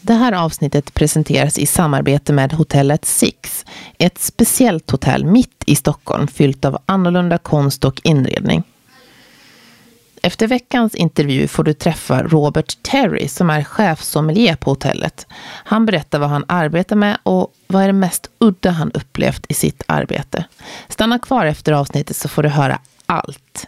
Det här avsnittet presenteras i samarbete med hotellet Six, ett speciellt hotell mitt i Stockholm fyllt av annorlunda konst och inredning. Efter veckans intervju får du träffa Robert Terry som är chefsommelier på hotellet. Han berättar vad han arbetar med och vad är det mest udda han upplevt i sitt arbete. Stanna kvar efter avsnittet så får du höra allt.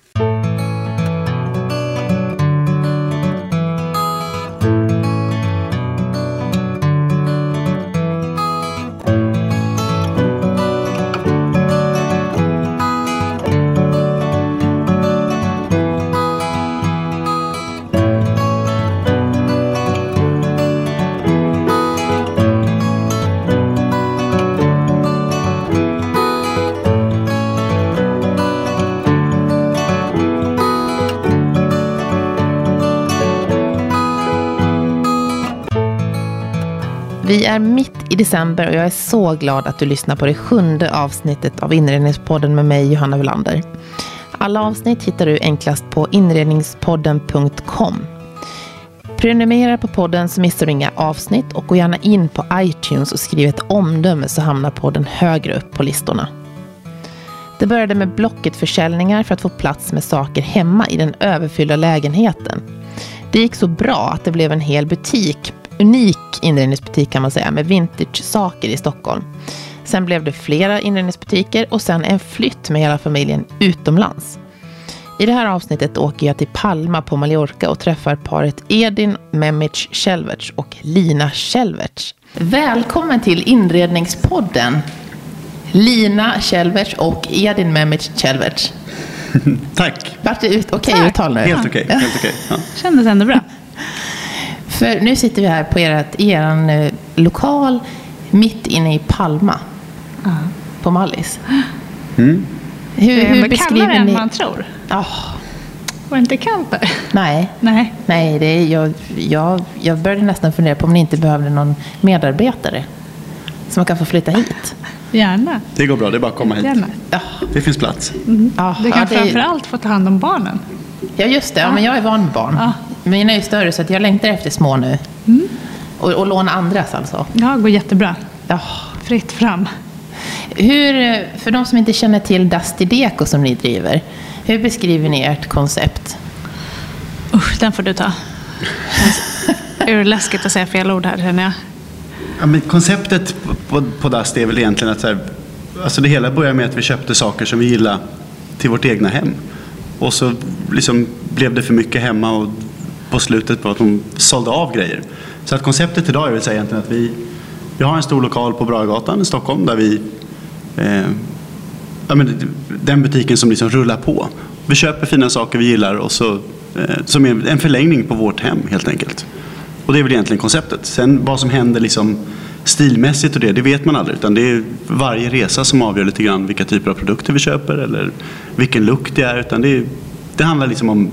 Vi är mitt i december och jag är så glad att du lyssnar på det 7:e avsnittet av Inredningspodden med mig, Johanna Welander. Alla avsnitt hittar du enklast på inredningspodden.com. Prenumerera på podden så missar du inga avsnitt och gå gärna in på iTunes och skriv ett omdöme så hamnar podden högre upp på listorna. Det började med Blocket-försäljningar för att få plats med saker hemma i den överfyllda lägenheten. Det gick så bra att det blev en hel butik, unik inredningsbutik kan man säga, med vintage-saker i Stockholm. Sen blev det flera inredningsbutiker och sen en flytt med hela familjen utomlands. I det här avsnittet åker jag till Palma på Mallorca och träffar paret Edin Memic Celverts och Lina Celverts. Välkommen till Inredningspodden, Lina Celverts och Edin Memic Celverts. Tack. Vart det okej uttal nu? Helt okej. Ja. Kändes ändå bra. För nu sitter vi här på er lokal mitt inne i Palma. På Mallis. Mm. Hur beskriver ni? Man tror. Var det inte kallt där? Nej, det är, jag började nästan fundera på om ni inte behövde någon medarbetare som man kan få flytta hit. Gärna. Det går bra, det är bara att komma hit. Gärna. Det finns plats. Du kan framförallt få ta hand om barnen. Ja, just det. Men jag är van med barn. Mina är ju större så att jag längtar efter små nu. Och låna andras alltså. Ja, går jättebra. Fritt fram. För de som inte känner till Dusty Deco som ni driver, hur beskriver ni ert koncept? Den får du ta. Är det läskigt att säga fel ord här, känner jag? Ja, men konceptet på Dusty är väl egentligen att så här, alltså det hela börjar med att vi köpte saker som vi gillar till vårt egna hem. Och så liksom blev det för mycket hemma och på slutet på att de sålde av grejer. Så att konceptet idag är väl egentligen att vi har en stor lokal på Bragatan i Stockholm där vi den butiken som liksom rullar på. Vi köper fina saker vi gillar och så som är en förlängning på vårt hem helt enkelt. Och det är väl egentligen konceptet. Sen vad som händer liksom stilmässigt och det vet man aldrig, utan det är varje resa som avgör lite grann vilka typer av produkter vi köper eller vilken look det är, utan det handlar liksom om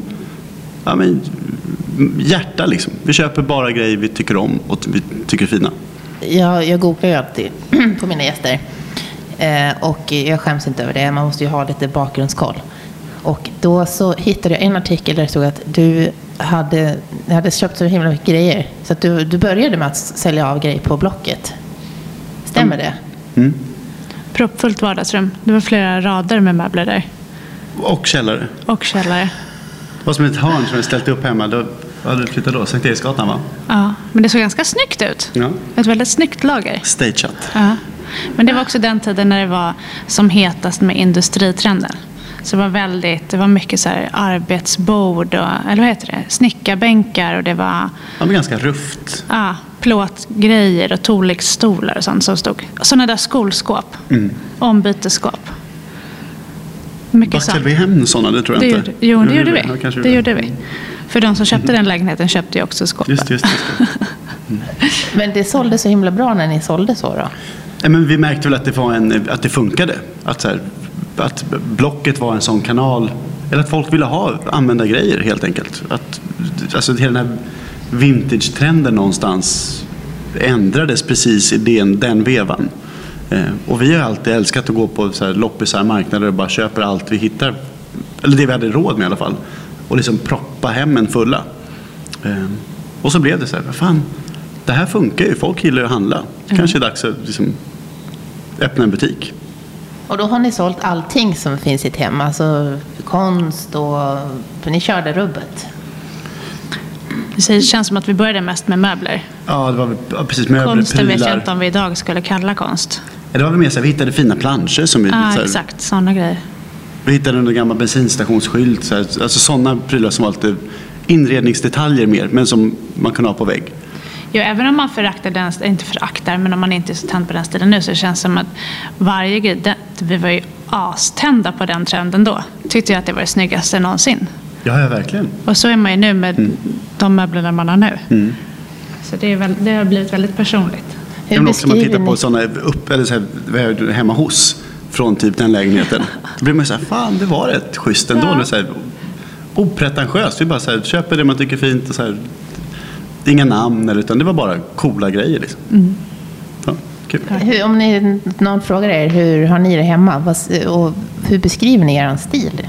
hjärta liksom. Vi köper bara grejer vi tycker om och vi tycker är fina. Jag googlar ju alltid på mina gäster och jag skäms inte över det, man måste ju ha lite bakgrundskoll. Och då så hittade jag en artikel där det stod att du hade köpt så himla mycket grejer. Så att du började med att sälja av grejer på Blocket. Stämmer det? Proppfullt vardagsrum. Det var flera rader med möbler där. Och källare. Det var som ett hörn som jag ställt upp hemma. Då hade du flyttat då, Sankt Eriksgatan, va? Ja, men det såg ganska snyggt ut. Ja. Ett väldigt snyggt lager. Stageat. Ja. Men det var också den tiden när det var som hetast med industritrenden. Så det var mycket så här arbetsbord och, eller vad heter det? Snickarbänkar och det var... Ja, men ganska rufft. Ja, plåtgrejer och Tolix-stolar och sånt som stod. Sådana där skolskåp. Ombytesskåp. Mycket sånt. Backade vi hem sådana? Det tror jag inte. Det gjorde vi. Det gjorde vi. För de som köpte den lägenheten köpte ju också skåpen. Just. Men det sålde så himla bra när ni sålde så då? Ja, men vi märkte väl att det funkade. Att Blocket var en sån kanal. Eller att folk ville använda grejer helt enkelt. Alltså hela den här vintage-trenden någonstans ändrades precis i den vevan. Och vi har alltid älskat att gå på så här loppisar, marknader och bara köper allt vi hittar. Eller det vi hade råd med i alla fall. Och liksom proppa hemmen fulla. Och så blev det så här, vad fan, det här funkar ju. Folk gillar att handla. Kanske är det dags att liksom öppna en butik. Och då har ni sålt allting som finns i ett hem, alltså konst och... För ni körde rubbet. Det känns som att vi började mest med möbler. Ja, det var precis möbler, konsten prylar. vet jag inte om vi idag skulle kalla konst. Det var väl mer så här, vi hittade fina planscher som vi... Ja, så här, exakt. Sådana grejer. Vi hittade en gammal bensinstationsskylt. Så här, alltså sådana prylar som var lite inredningsdetaljer mer, men som man kan ha på vägg. Jo, även om man föraktar den, inte föraktar, men om man inte är så tänd på den stilen nu, så känns det som att varje grej, vi var ju astända på den trenden då. Tyckte jag att det var det snyggaste någonsin. Ja, verkligen. Och så är man ju nu med de möblerna man har nu. Så det har blivit väldigt personligt. Men också om man tittar på sådana eller så här, hemma hos från typ den lägenheten. Då blir man så här, fan det var rätt schysst ändå. Ja. Så här, opretentiöst. Vi bara så här, köper det man tycker är fint och så här, inga namn utan det var bara coola grejer liksom. Ja, kul. Om någon frågar er, hur har ni det hemma? Och hur beskriver ni er stil?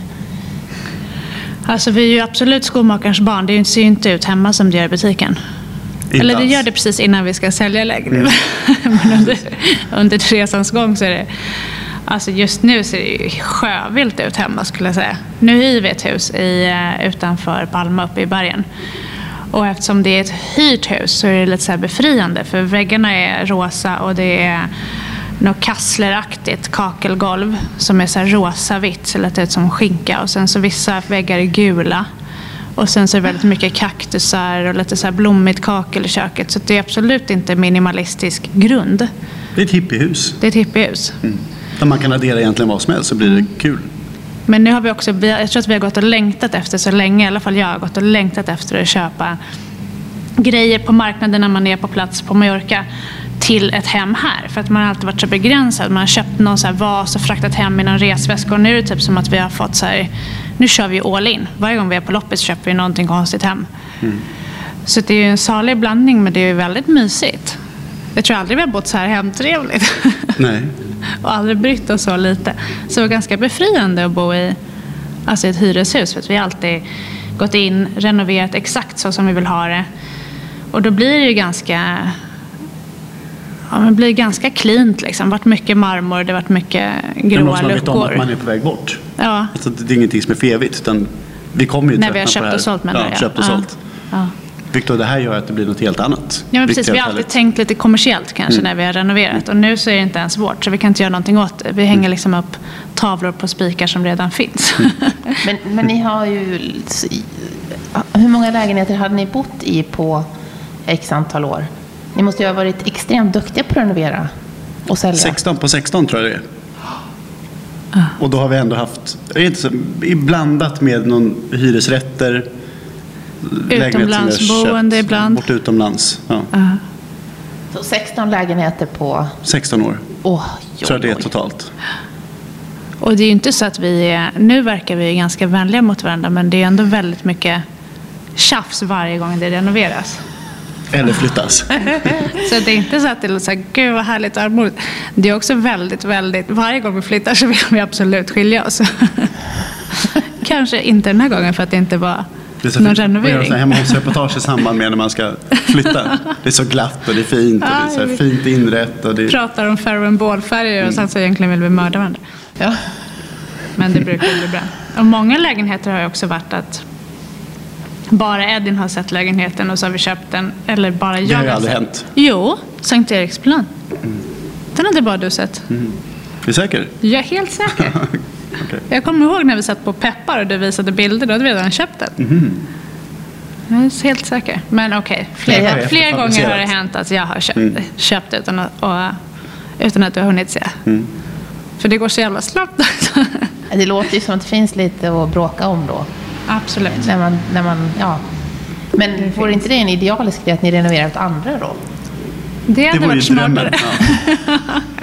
Alltså vi är ju absolut skomakarens barn. Det ser ju inte ut hemma som det gör i butiken. Eller det gör det precis innan vi ska sälja lägenheten. Men under resans gång så är det... Alltså just nu ser det ju sjövilt ut hemma skulle jag säga. Nu hyr vi ett hus utanför Palma uppe i bergen. Och eftersom det är ett hyrt hus så är det lite så här befriande. För väggarna är rosa och det är något kassleraktigt kakelgolv som är så här rosa-vitt. Så lite ut som skinka. Och sen så vissa väggar är gula. Och sen så är det väldigt mycket kaktusar och lite så här blommigt kakel i köket. Så det är absolut inte minimalistisk grund. Det är ett hippiehus. Det är ett hippiehus. Där man kan addera egentligen vad som helst så blir det kul. Men nu har vi också, jag tror att vi har gått och längtat efter så länge, i alla fall jag har gått och längtat efter att köpa grejer på marknaden när man är på plats på Mallorca till ett hem här. För att man har alltid varit så begränsad. Man har köpt någon så här vas och fraktat hem i någon resväska. Och nu är det typ som att vi har fått så här, nu kör vi all in. Varje gång vi är på loppis köper vi någonting konstigt hem. Så det är ju en salig blandning, men det är ju väldigt mysigt. Jag tror aldrig vi har bott så här hemtrevligt. Nej. Och aldrig brytt oss så lite. Så det var ganska befriande att bo i ett hyreshus. För att vi har alltid gått in, renoverat exakt så som vi vill ha det. Och då blir det ju ganska... Ja, men blir ganska cleant liksom. Det har varit mycket marmor, det har varit mycket gråa luckor. Man vet om att man är på väg bort. Ja. Alltså, det är ingenting som är fevigt, utan vi kommer ju när vi har köpt och sålt. Ja, köpt och sålt. Ja. Victor, det här gör att det blir något helt annat. Ja, men precis. Vi har alltid tänkt lite kommersiellt kanske när vi har renoverat. Och nu så är det inte ens vårt, så vi kan inte göra någonting åt det. Vi hänger liksom upp tavlor på spikar som redan finns. Men ni har ju... Hur många lägenheter hade ni bott i på x antal år? Ni måste ju ha varit extremt duktiga på att renovera och sälja. 16 på 16 tror jag det är. Och då har vi ändå haft, blandat med någon hyresrätter, utomlandsboende ibland. Bort utomlands. Ja. Så 16 lägenheter på 16 år. Tror jag det är totalt. Och det är ju inte så att nu verkar vi ganska vänliga mot varandra, men det är ändå väldigt mycket tjafs varje gång det renoveras. Eller flyttas. Så det är inte så att det är så här, gud vad härligt armodigt. Det är också väldigt, väldigt, varje gång vi flyttar så vill vi absolut skilja oss. Kanske inte den här gången för att det inte var någon renovering. Hemma hos reportage i samband med när man ska flytta. Det är så glatt och det är fint och det är så här fint inrätt. Och det pratar om färg och bålfärger och sen så egentligen vill vi mörda varandra. Ja. Men det brukar bli bra. Och många lägenheter har ju också varit att bara Edin har sett lägenheten och så har vi köpt den. Eller bara jag det har ju aldrig hänt. Jo, Sankt Eriksplan. Den har inte bara du sett. Är du säker? Jag är helt säker. Okay. Jag kommer ihåg när vi satt på Peppar och du visade bilder. Då hade vi redan köpt den. Jag är helt säker. Men okej, fler gånger har det hänt att jag har köpt utan att du har hunnit se. För det går så jävla snabbt. Det låter ju som att det finns lite att bråka om då. Absolut. När man, ja. Men vore inte det en idealisk grej att ni renoverar åt andra då? Det hade varit smartare. Ja.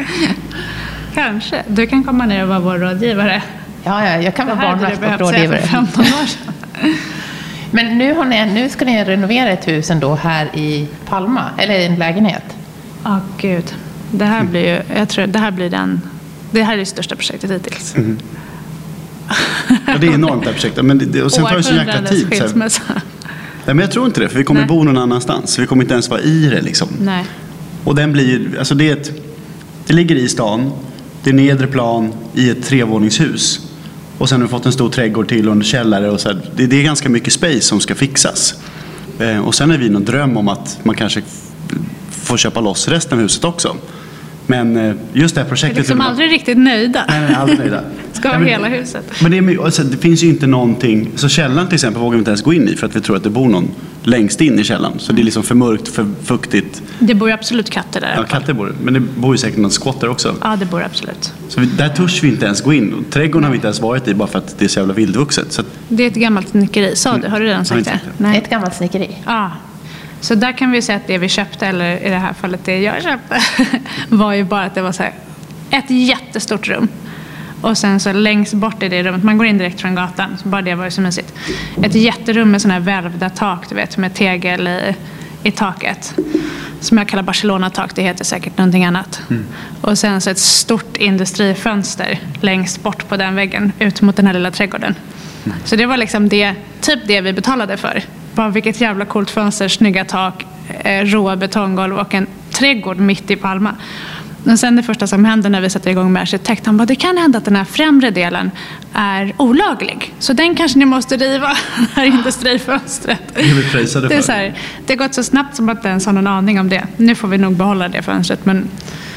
Kanske. Du kan komma ner och vara vår rådgivare. Ja, jag kan vara barnvakt och rådgivare. 15 år sedan. Men nu ska ni renovera ett hus ändå här i Palma. Eller en lägenhet. Gud. Det här blir ju, jag tror det här är det största projektet hittills. Ja, det är enormt det här projektet. Men och sen tar det så jäkla tid. men jag tror inte det, för vi kommer bo någon annanstans. Vi kommer inte ens vara i det liksom. Nej. Och den blir, alltså det ligger i stan, det är nedre plan i ett 3-våningshus. Och sen har vi fått en stor trädgård till och en källare. Och så här. Det är ganska mycket space som ska fixas. Och sen har vi någon dröm om att man kanske får köpa loss resten av huset också. Men just det här projektet... Det är liksom aldrig riktigt nöjda. Nej, aldrig nöjda. Ska ha hela huset. Men det finns ju inte någonting... Så källaren till exempel vågar vi inte ens gå in i för att vi tror att det bor någon längst in i källaren. Så det är liksom för mörkt, för fuktigt. Det bor ju absolut katter där. Ja, katter bor. Men det bor ju säkert någon squatter också. Ja, det bor absolut. Så där törs vi inte ens gå in. Och trädgården har vi inte ens varit i bara för att det är så jävla vildvuxet. Så det är ett gammalt snickeri. Sa du? Har du redan sagt det? Nej. Ett gammalt snickeri. Ja. Så där kan vi säga att det vi köpte, eller i det här fallet det jag köpte, var ju bara att det var så här ett jättestort rum. Och sen så längst bort i det rummet, man går in direkt från gatan, så bara det var ju så mysigt. Ett jätterum med sådana här välvda tak, du vet, med tegel i taket. Som jag kallar Barcelona-tak, det heter säkert någonting annat. Och sen så ett stort industrifönster längst bort på den väggen, ut mot den här lilla trädgården. Så det var liksom typ det vi betalade för. Bara vilket jävla coolt fönster, snygga tak, råa betonggolv och en trädgård mitt i Palma. Men sen det första som hände när vi satte igång med arkitekt, han bara, det kan hända att den här främre delen är olaglig. Så den kanske ni måste riva, det här industrifönstret. Det är så här, det har gått så snabbt som att ens har någon aning om det. Nu får vi nog behålla det fönstret, men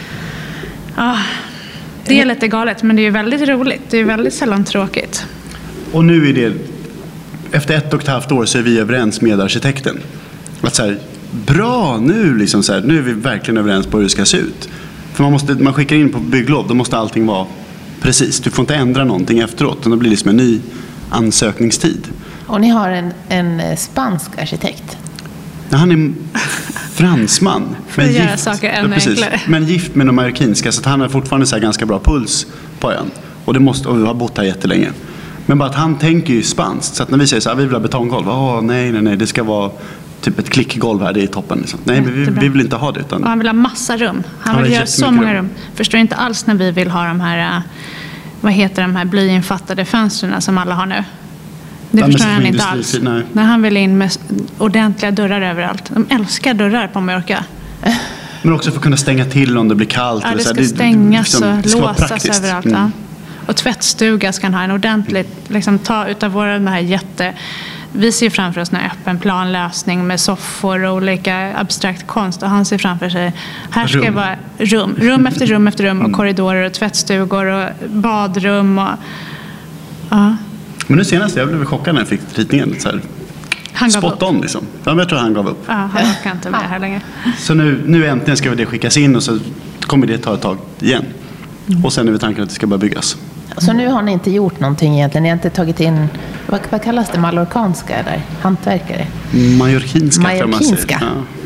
det är lite galet, men det är väldigt roligt. Det är väldigt sällan tråkigt. Och nu är det, efter 1,5 år så är vi överens med arkitekten. Att så här, bra, nu är vi verkligen överens på hur det ska se ut. För man skickar in på bygglov, då måste allting vara precis. Du får inte ändra någonting efteråt, då blir det liksom en ny ansökningstid. Och ni har en spansk arkitekt? Ja, han är fransman. För att göra saker ännu enklare. Men gift med de marockinska, så att han har fortfarande så här ganska bra puls på ön. Och vi har bott här jättelänge. Men bara att han tänker ju spanskt. Så att när vi säger så här, vi vill ha betonggolv. Nej, det ska vara typ ett klickgolv här, det är toppen. Liksom. Nej, vi vill inte ha det. Utan... Han vill ha massa rum. Han vill göra så många rum. Förstår inte alls när vi vill ha de här, vad heter de här blyinfattade fönstren som alla har nu. Det förstår han inte alls. När han vill in med ordentliga dörrar överallt. De älskar dörrar på Mallorca. Men också för att kunna stänga till om det blir kallt. Ja, det ska stängas och låsas överallt. Ja. Och tvättstuga ska han ha en ordentligt, liksom, ta utav den här vi ser framför oss en öppen planlösning med soffor och olika abstrakt konst. Och han ser framför sig, här ska det vara rum efter rum efter rum och korridorer och tvättstugor och badrum. Och, ja. Men nu senast, jag blev chockad när jag fick ritningen. Så här, han gav spot on liksom. Ja, men jag tror han gav upp. Ja, han orkar inte med det här längre. Så nu äntligen ska det skickas in och så kommer det ta ett tag igen. Och sen är vi tanken att det ska börja byggas. Så nu har ni inte gjort någonting egentligen? Ni har inte tagit in, vad kallas det, mallorcanska där? Hantverkare? Mallorquinska. Ja.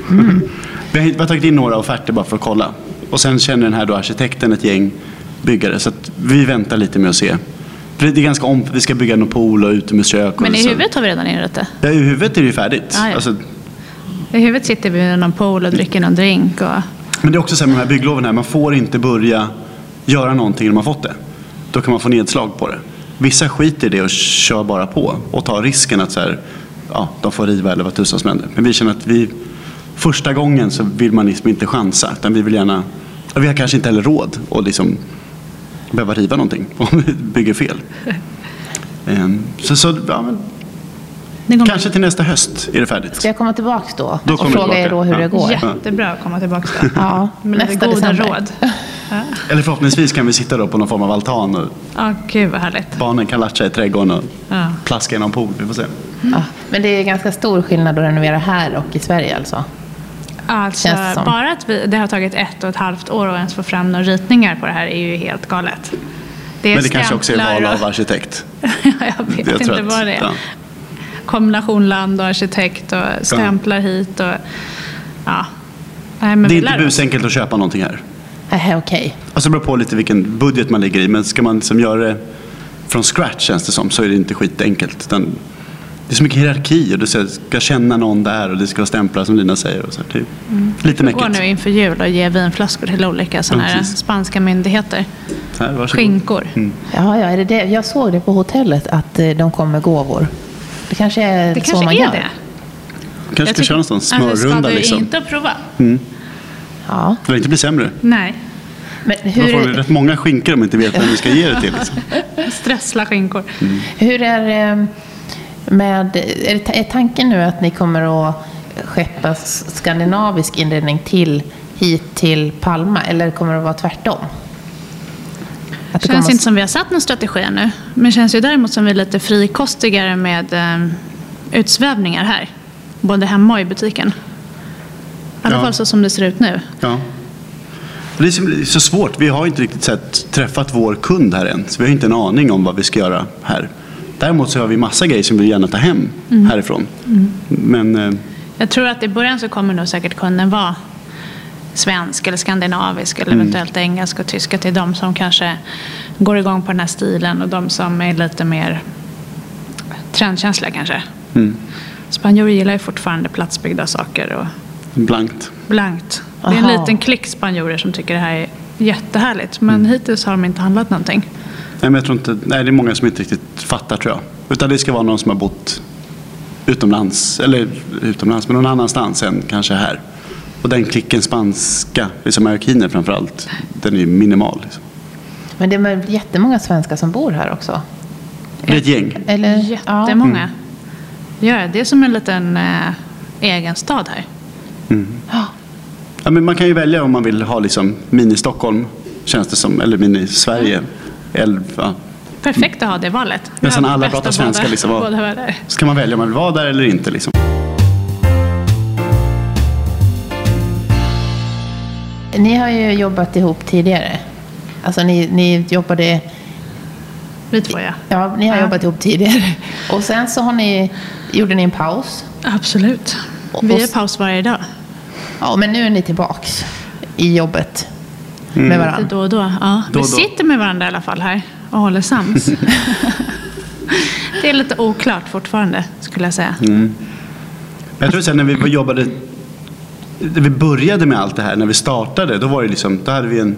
Vi har tagit in några offerter bara för att kolla. Och sen känner den här då arkitekten ett gäng byggare. Så att vi väntar lite med att se. För det är ganska vi ska bygga någon pool och utomhuskök. Men i huvudet har vi redan inrett det? Ja, i huvudet är det ju färdigt. Ah, ja. Alltså, i huvudet sitter vi i någon pool och dricker någon drink. Men det är också så här med de här byggloven här. Man får inte börja göra någonting när man fått det. Då kan man få nedslag på det. Vissa skiter i det och kör bara på. Och tar risken att så här, de får riva eller vad tusan som händer. Men vi känner att första gången så vill man liksom inte chansa. Utan vi vill gärna, vi har kanske inte heller råd att liksom behöva riva någonting om vi bygger fel. Kanske till nästa höst är det färdigt. Ska jag komma tillbaka då och fråga er då hur det går? Jättebra att komma tillbaka då. Ja, nästa goda råd. Eller förhoppningsvis kan vi sitta då på någon form av altan och gud vad härligt. Barnen kan latcha i trädgården och plaska i någon pool, vi får se. Men det är ganska stor skillnad att renovera här och i Sverige alltså? Alltså bara att det har tagit 1,5 år att ens få fram några ritningar på det här är ju helt galet. Men det kanske också är val av arkitekt. Jag vet inte vad det är. Kombination land och arkitekt och stämplar hit och Nej, men det är inte busenkelt att köpa någonting här. Okej. Alltså det beror på lite vilken budget man ligger i. Men ska man liksom göra det från scratch, känns det som, så är det inte skitenkelt. Det är så mycket hierarki och du ska känna någon där och det ska stämpla som Lina säger. Och så här, lite mäckigt. Jag går nu inför jul och ger vinflaskor till olika sådana här spanska myndigheter. Här, skinkor. Ja, är det det? Jag såg det på hotellet att de kom med gåvor. Det kanske är det så man gör. Det. Kanske ska köra en sån smörrunda ska liksom. Inte att prova. Ja. För det inte blir sämre. Nej. Men Man får rätt många skinkor om man inte vet vem vi ska ge det till. Liksom. Stressla skinkor. Hur är det med... Är tanken nu att ni kommer att skeppa skandinavisk inredning hit till Palma? Eller kommer det att vara tvärtom? Det känns inte som vi har satt någon strategi nu. Men det känns ju däremot som vi är lite frikostigare med utsvävningar här. Både hemma och i butiken. I alla fall så som det ser ut nu. Ja. Det är så svårt. Vi har inte riktigt träffat vår kund här än. Så vi har inte en aning om vad vi ska göra här. Däremot så har vi massa grejer som vi gärna tar hem härifrån. Men, jag tror att i början så kommer nog säkert kunden vara svensk eller skandinavisk eller eventuellt engelsk och tyska till de som kanske går igång på den här stilen och de som är lite mer trendkänsliga kanske. Spanjorer gillar ju fortfarande platsbyggda saker och blankt. Det är en liten klick spanjorer som tycker det här är jättehärligt, men hittills har de inte handlat någonting. Nej, men jag tror inte, det är många som inte riktigt fattar, tror jag. Utan det ska vara någon som har bott utomlands, men någon annanstans än kanske här. Och den klicken spanska, liksom marokiner framförallt, den är ju minimal. Liksom. Men det är jättemånga svenskar som bor här också. Det är ett gäng. Eller? Jättemånga. Ja, det är som en liten egen stad här. Ja, men man kan ju välja om man vill ha liksom mini-Stockholm, känns det som, eller mini-Sverige. Perfekt att ha det valet. Nästan alla pratar svenska. Liksom, så kan man välja om man vill vara där eller inte. Liksom. Ni har ju jobbat ihop tidigare. Alltså ni jobbade... Vi två, ja. Ja, ni har jobbat ihop tidigare. Och sen så gjorde ni en paus. Absolut. Vi har paus varje dag. Ja, men nu är ni tillbaks i jobbet med varandra. Lite då och då. Ja. Vi sitter med varandra i alla fall här och håller sams. Det är lite oklart fortfarande, skulle jag säga. Jag tror att när vi började med allt det här, när vi startade, då var det liksom, då hade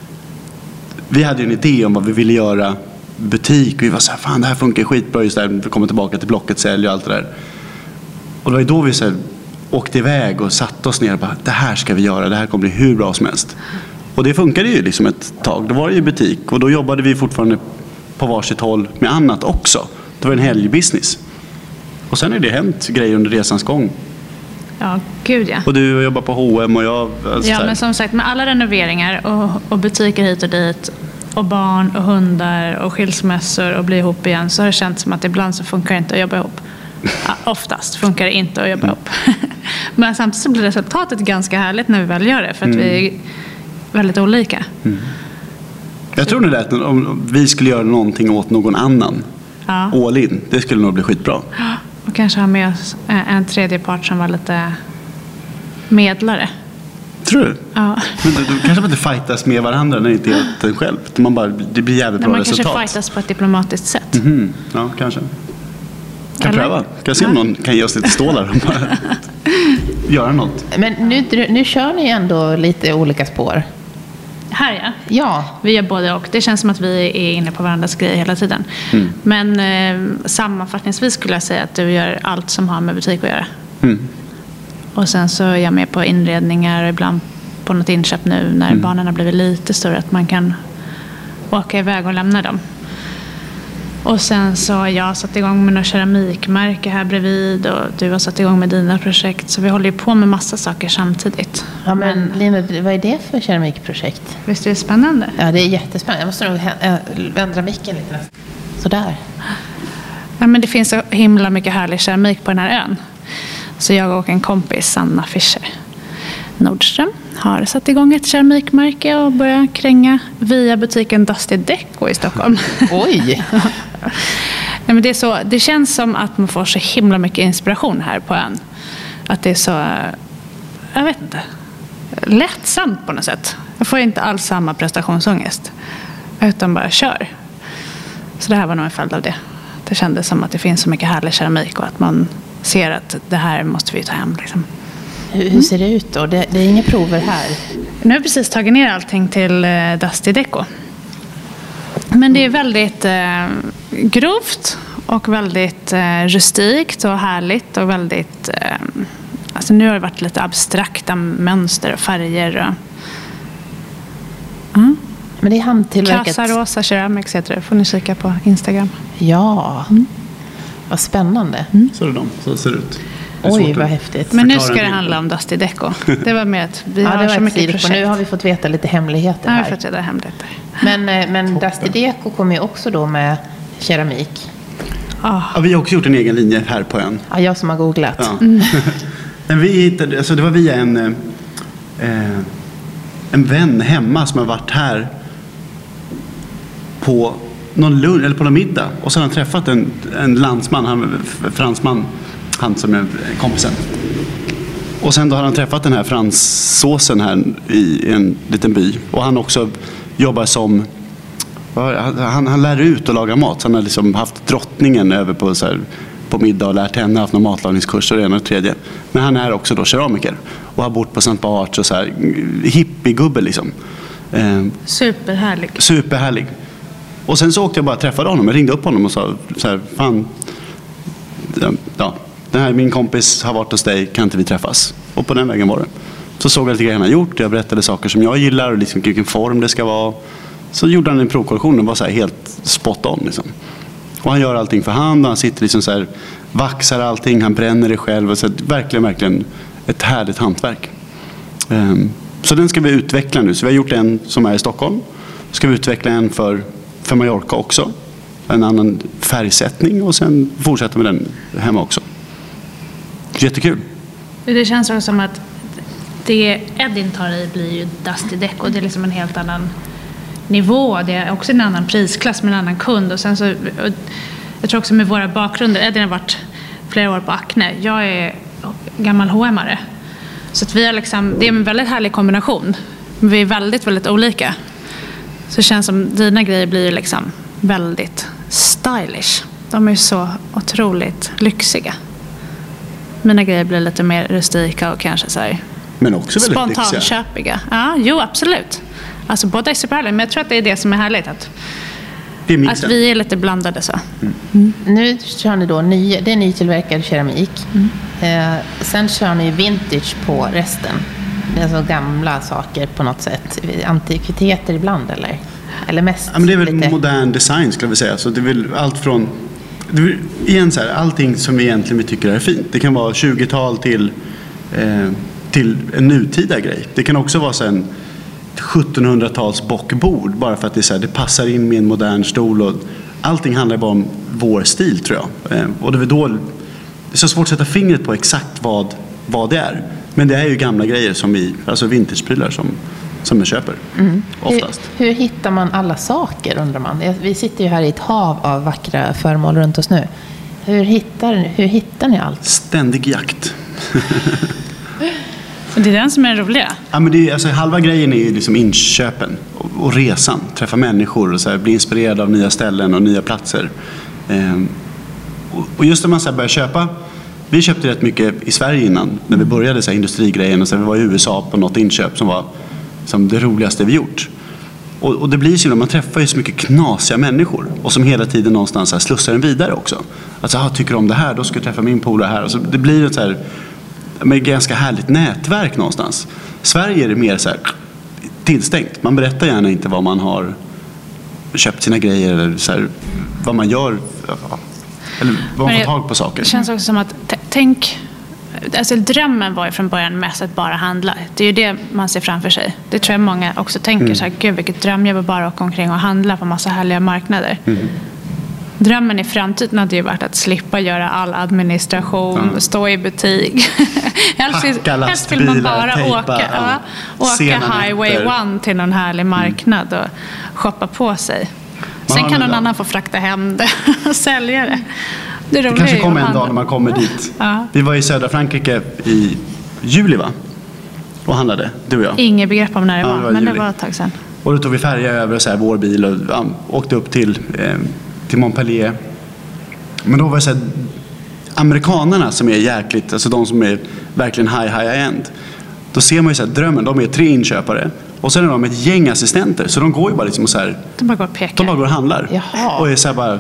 vi hade ju en idé om vad vi ville göra butik, och vi var så här, fan, det här funkar skitbra, just där vi kommer tillbaka till Blocket, sälj och allt det där. Och det var ju då vi så här, åkte iväg och satte oss ner och bara, det här ska vi göra, det här kommer bli hur bra som helst. Och det funkade ju liksom ett tag. Då var det ju butik, och då jobbade vi fortfarande på varsitt håll med annat också. Det var en helgbusiness. Och sen är det hänt grejer under resans gång. Ja, gud ja. Och du jobbar på H&M och jag... Ja, men som sagt, med alla renoveringar och butiker hit och dit och barn och hundar och skilsmässor och bli ihop igen, så har det känts som att ibland så funkar det inte att jobba ihop. Ja, oftast funkar det inte att jobba ihop. Men samtidigt så blir resultatet ganska härligt när vi väl gör det, för att vi är väldigt olika. Jag tror nog att om vi skulle göra någonting åt någon annan, all in, det skulle nog bli skitbra. Och kanske ha med oss en tredje part som var lite medlare. Tror du? Ja. Men då kanske man inte fightas med varandra när det inte är den själv. Det blir jävligt bra resultat. Man kanske fightas på ett diplomatiskt sätt. Ja, kanske. Kan pröva. Kan jag se om någon kan ge oss lite stålar och bara göra något. Men nu kör ni ändå lite olika spår. Här, ja. Ja. Vi gör både och. Det känns som att vi är inne på varandras grejer hela tiden. Men sammanfattningsvis skulle jag säga att du gör allt som har med butik att göra. Och sen så är jag med på inredningar och ibland på något inköp nu när barnen har blivit lite större, att man kan åka iväg och lämna dem. Och sen så har jag satt igång med något keramikmärke här bredvid, och du har satt igång med dina projekt. Så vi håller ju på med massa saker samtidigt. Ja, men Lina, vad är det för keramikprojekt? Visst är det spännande? Ja, det är jättespännande. Jag måste nog vända micken lite. Sådär. Ja, men det finns så himla mycket härlig keramik på den här ön. Så jag och en kompis, Sanna Fischer Nordström, har satt igång ett keramikmärke och börjat kränga via butiken Dusty Deco i Stockholm. Oj! Nej, men det känns som att man får så himla mycket inspiration här på ön. Att det är så, jag vet inte, lättsamt på något sätt. Jag får inte alls samma prestationsångest, utan bara kör. Så det här var nog en följd av det. Det kändes som att det finns så mycket härlig keramik och att man ser att det här måste vi ta hem. Liksom. Hur ser det ut då? Det är inga prover här. Nu har jag precis tagit ner allting till Dusty Deco. Men det är väldigt grovt Och väldigt rustikt och härligt och väldigt... alltså nu har det varit lite abstrakta mönster och färger. Men det är handtillverkat. Casa Rosa Ceramics heter det. Får ni kika på Instagram. Ja, vad spännande. Så är det så ser det ut. Oj, vad häftigt. Men nu ska det handla om Dusty Deco. Det var med att vi har så mycket projekt. Nu har vi fått veta lite hemligheter här. Ja, vi har fått veta hemligheter. Men Dusty Deco kommer ju också då med keramik. Ja, vi har också gjort en egen linje här på ön. Ja, jag som har googlat. Ja. Men vi hittade, alltså det var via en vän hemma som har varit här på någon lunch eller på någon middag. Och så har han träffat en landsman, fransman, han som är kompisen. Och sen då har han träffat den här franssåsen här i en liten by. Och han också jobbar som... Han lär ut och laga mat. Så han har liksom haft drottningen över på, så här, på middag och lärt henne, haft någon matlagningskurser och en och tredje. Men han är också då keramiker. Och har bott på St. Barts och så här hippiegubbe liksom. Superhärlig. Och sen så åkte jag bara och träffade honom. Jag ringde upp honom och sa så här, fan... Ja, den här min kompis har varit hos dig, kan inte vi träffas? Och på den vägen var det. Så såg jag lite grejer han har gjort. Jag berättade saker som jag gillar och liksom vilken form det ska vara. Så gjorde han en provkorrektion och var så här helt spot on liksom. Och han gör allting för hand och han sitter liksom så här, vaxar allting, han bränner det själv och så här, verkligen ett härligt hantverk. Så den ska vi utveckla nu. Så vi har gjort en som är i Stockholm. Ska vi utveckla en för Mallorca också. En annan färgsättning och sen fortsätta med den hemma också. Jättekul. Det känns också som att det Edin tar i blir ju Dusty Deco. Det är liksom en helt annan nivå. Det är också en annan prisklass med en annan kund. Och sen så, jag tror också med våra bakgrunder. Edin har varit flera år på Acne. Jag är gammal H&M-are. Så att vi har liksom, det är en väldigt härlig kombination. Men vi är väldigt, väldigt olika. Så det känns som dina grejer blir liksom väldigt stylish. De är ju så otroligt lyxiga. Mina grejer blir lite mer rustika och kanske så här, men också väldigt spontanköpiga. Ja, jo, absolut. Alltså båda är superhärliga, men jag tror att det är det som är härligt. Att vi är lite blandade så. Nu kör ni då det är nytillverkad keramik. Sen kör ni vintage på resten. Det är alltså gamla saker på något sätt. Antikviteter ibland eller? Eller mest men det är väl lite... modern design skulle vi säga. Så det är väl allt från... igen så här, allting som vi egentligen tycker är fint. Det kan vara 20-tal till en nutida grej. Det kan också vara så en 1700-tals bockbord bara för att det, är så här, det passar in med en modern stol. Och allting handlar bara om vår stil tror jag. Och det är då det är så svårt att sätta fingret på exakt vad det är. Men det är ju gamla grejer som alltså vintageprylar som jag köper oftast. Hur hittar man alla saker undrar man? Vi sitter ju här i ett hav av vackra föremål runt oss nu. Hur hittar ni allt? Ständig jakt. Det är den som är roliga. Ja, men det är, alltså, halva grejen är ju liksom inköpen och resan. Träffa människor och så här, bli inspirerad av nya ställen och nya platser. Och just när man så här börjar köpa. Vi köpte rätt mycket i Sverige innan. När vi började så här, industrigrejen och så här, vi var i USA på något inköp som var som det roligaste vi gjort. Och det blir så, man träffar ju så mycket knasiga människor och som hela tiden någonstans så här, slussar en vidare också. Alltså, tycker om det här, då ska jag träffa min polare här. Och så det blir ett så här, med ganska härligt nätverk någonstans. Sverige är det mer så här tillstängt. Man berättar gärna inte vad man har köpt sina grejer eller så här, vad man gör eller vad man får tag på saker. Det känns också som att alltså drömmen var ju från början mest att bara handla. Det är ju det man ser framför sig. Det tror jag många också tänker så här, gud vilket dröm, jag vill bara åka omkring och handla på massa härliga marknader. Drömmen i framtiden hade ju varit att slippa göra all administration, stå i butik. Helst vill man bara åka Highway 1 till någon härlig marknad och shoppa på sig. Sen kan någon annan få frakta hem det och sälja det. Det kanske kommer en dag när man kommer dit. Ja. Vi var i södra Frankrike i juli och handlade, du och jag. Inget begrepp om när det var, men det var ett tag sedan. Och då tog vi färja över så här, vår bil och åkte upp till Montpellier. Men då var det så här, amerikanerna som är jäkligt, alltså de som är verkligen high-end. Då ser man ju så här, drömmen, de är 3 inköpare. Och sen är de ett gäng assistenter. Så de går ju bara liksom och så här, de bara går och pekar. De bara går och handlar. Jaha. Och är så här bara,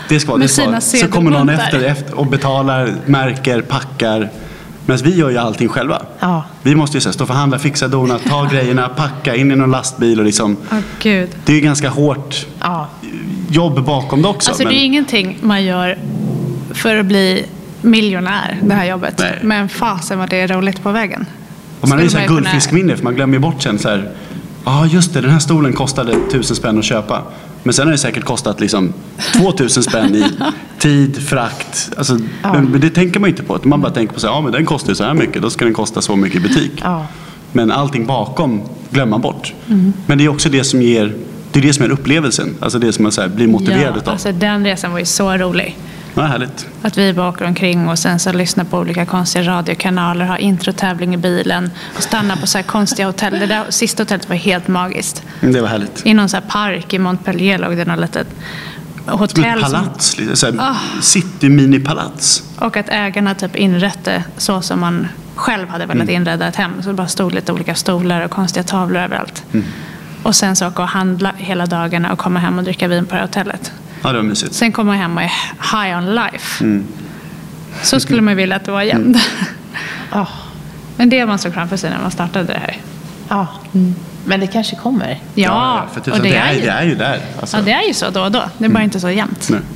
Det ska vara. Så kommer någon efter och betalar, märker, packar. Men vi gör ju allting själva. Ja. Vi måste ju stå och förhandla, fixa, dona, ta grejerna, packa in i någon lastbil och liksom. Gud. Det är ju ganska hårt jobb bakom det också. Alltså det är ingenting man gör för att bli miljonär, det här jobbet. Nej. Men fasen vad det är roligt på vägen. Och man är ju så här guldfiskminne, för man glömmer ju bort sen så här. Just det, den här stolen kostade 1000 spänn att köpa. Men sen har det säkert kostat liksom 2000 spänn i tid, frakt. Alltså, men det tänker man inte på. Man bara tänker på så här, men den kostar så här mycket, då ska den kosta så mycket i butik. Ja. Men allting bakom glömmer man bort. Men det är också det som ger, det är det som är upplevelsen. Alltså det som man så här blir motiverad av. Alltså den resan var ju så rolig. Ja, härligt. Att vi bara åker omkring och sen så lyssnar på olika konstiga radiokanaler, har introtävling i bilen och stannar på så här konstiga hotell. Det där sista hotellet var helt magiskt. Det var härligt. I någon så här park i Montpellier låg det något litet hotell. Som ett palats, lite så här city-mini-palats. Och att ägarna typ inrätte så som man själv hade velat inreda ett hem. Så det bara stod lite olika stolar och konstiga tavlor överallt. Och sen så åka och handla hela dagarna och komma hem och dricka vin på det hotellet. Ja, det var mysigt. Sen kommer jag hem och är high on life. Så skulle man vilja att det var jämnt. Men det man såg framför sig när man startade det här. Ja. Men det kanske kommer. Ja, för och det är ju där. Alltså. Ja, det är ju så då och då. Det är bara inte så jämnt. Nej.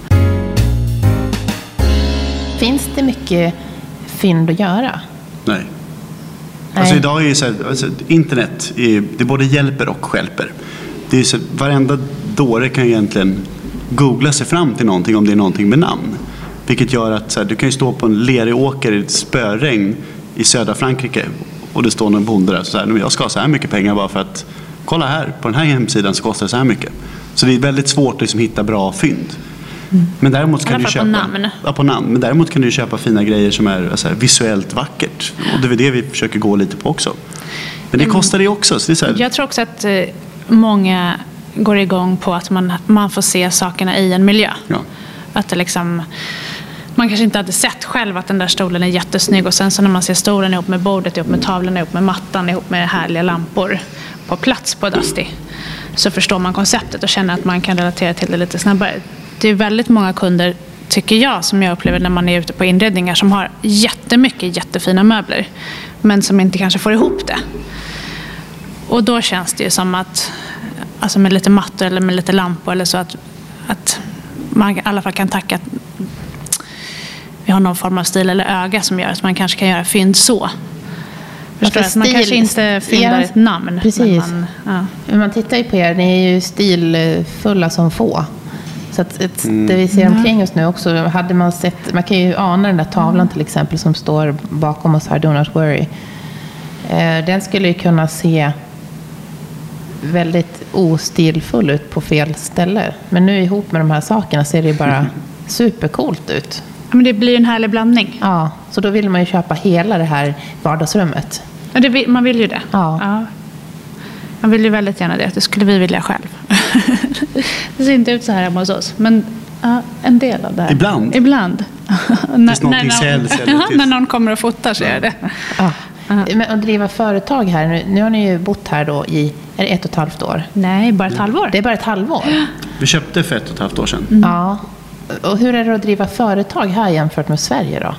Finns det mycket fynd att göra? Nej. Alltså idag är ju så här, internet det både hjälper och stjälper. Det är så, varenda dåre kan egentligen googla sig fram till någonting om det är någonting med namn. Vilket gör att så här, du kan ju stå på en lerig åker i ett spöregn i södra Frankrike och det står någon bonde där så här, jag ska ha så här mycket pengar bara för att kolla här, på den här hemsidan så kostar det så här mycket. Så det är väldigt svårt att liksom hitta bra fynd. Men däremot kan du köpa på namn. Men däremot kan du köpa fina grejer som är alltså, visuellt vackert. Och det är det vi försöker gå lite på också. Men det kostar det också. Så det är så här. Jag tror också att många går igång på att man får se sakerna i en miljö. Ja. Att det liksom, man kanske inte hade sett själv att den där stolen är jättesnygg. Och sen så när man ser stolen ihop med bordet, ihop med tavlan, ihop med mattan, ihop med härliga lampor på plats på Dusty, så förstår man konceptet och känner att man kan relatera till det lite snabbare. Det är väldigt många kunder, tycker jag, som jag upplever när man är ute på inredningar som har jättemycket jättefina möbler men som inte kanske får ihop det. Och då känns det ju som att alltså med lite mattor eller med lite lampor eller så att man i alla fall kan tacka att vi har någon form av stil eller öga som gör att man kanske kan göra fynd så. Förstår att man kanske inte fyndar ett namn. Precis. Men man tittar ju på er, ni är ju stilfulla som få. Så att det vi ser omkring oss nu också, hade man sett, man kan ju ana den där tavlan till exempel som står bakom oss här, Do Not Worry. Den skulle ju kunna se väldigt ostilfull ut på fel ställe. Men nu ihop med de här sakerna ser det ju bara supercoolt ut. Ja, men det blir en härlig blandning. Ja, så då vill man ju köpa hela det här vardagsrummet. Ja, man vill ju det. Ja. Man vill ju väldigt gärna det. Det skulle vi vilja själv. Det ser inte ut så här hemma hos oss. Men en del av det här. Ibland. När någon kommer och fotar så är det. Ja. Men att driva företag här, nu har ni ju bott här då i 1,5 år. Nej, bara ett halvår. Det är bara ett halvår. Vi köpte för 1,5 år sedan. Ja. Och hur är det att driva företag här jämfört med Sverige då?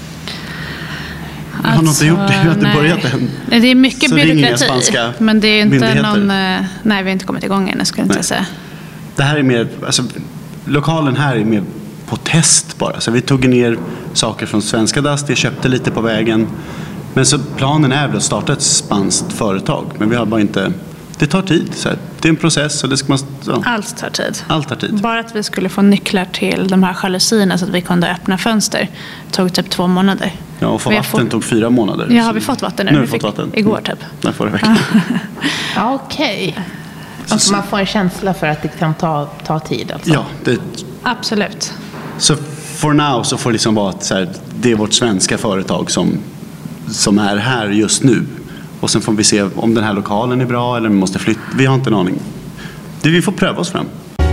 Jag har nog inte gjort det. Jag har inte börjat än. Det är mycket byråkrati. Men det är inte myndigheter. Nej, vi har inte kommit igång än, skulle jag inte säga. Det här är mer, alltså, lokalen här är mer på test bara. Så vi tog ner saker från svenska Dusty, köpte lite på vägen. Men så planen är väl att starta ett spanskt företag. Men vi har bara inte... Det tar tid. Så här. Det är en process och det ska man... Så. Allt tar tid. Allt tar tid. Bara att vi skulle få nycklar till de här jalusierna så att vi kunde öppna fönster tog typ 2 månader. Ja, och få vatten tog 4 månader. Ja, har vi fått vatten nu? Nu har vi fått vatten. Igår typ. Den förra veckan. Okej. Och man får en känsla för att det kan ta tid alltså. Ja, absolut. Så for now så får det liksom vara att så här, det är vårt svenska företag som är här just nu. Och sen får vi se om den här lokalen är bra eller om vi måste flytta. Vi har inte en aning. Vi får pröva oss fram.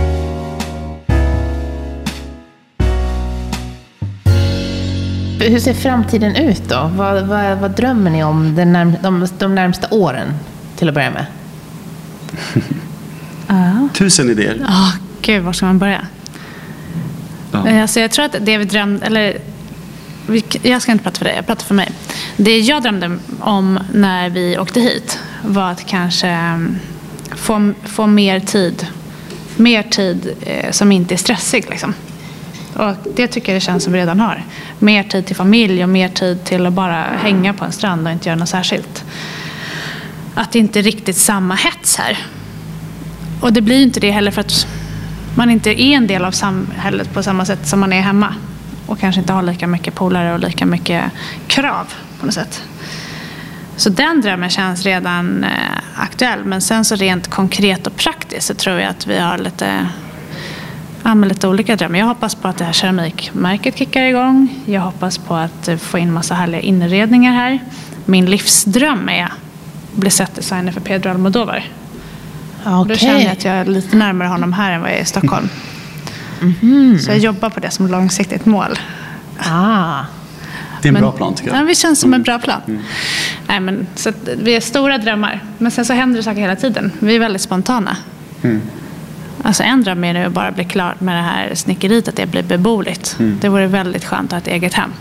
Hur ser framtiden ut då? Vad drömmer ni om de närmsta åren till att börja med? 1000 idéer. Gud, var ska man börja? Ja. Alltså jag tror att det vi drömde, eller jag ska inte prata för dig, jag pratar för mig. Det jag drömde om när vi åkte hit var att kanske få mer tid som inte är stressig liksom. Och det tycker jag det känns som vi redan har. Mer tid till familj och mer tid till att bara hänga på en strand och inte göra något särskilt. Att det inte är riktigt samma hets här. Och det blir ju inte det heller för att man inte är en del av samhället på samma sätt som man är hemma. Och kanske inte har lika mycket polare och lika mycket krav på något sätt. Så den drömmen känns redan aktuell. Men sen så rent konkret och praktiskt så tror jag att vi har lite olika drömmar. Jag hoppas på att det här keramikmärket kickar igång. Jag hoppas på att få in massa härliga inredningar här. Min livsdröm är att bli setdesigner för Pedro Almodóvar. Okay. Då känner jag att jag är lite närmare honom här än vad jag är i Stockholm. Så jag jobbar på det som långsiktigt mål. Det är en bra plan tycker jag. Ja, det känns som en bra plan. Nej, men, så vi är stora drömmar. Men sen så händer det saker hela tiden. Vi är väldigt spontana. Alltså en dröm är nu att bara bli klar med det här snickeriet, att det blir beboeligt. Det vore väldigt skönt att ha ett eget hem.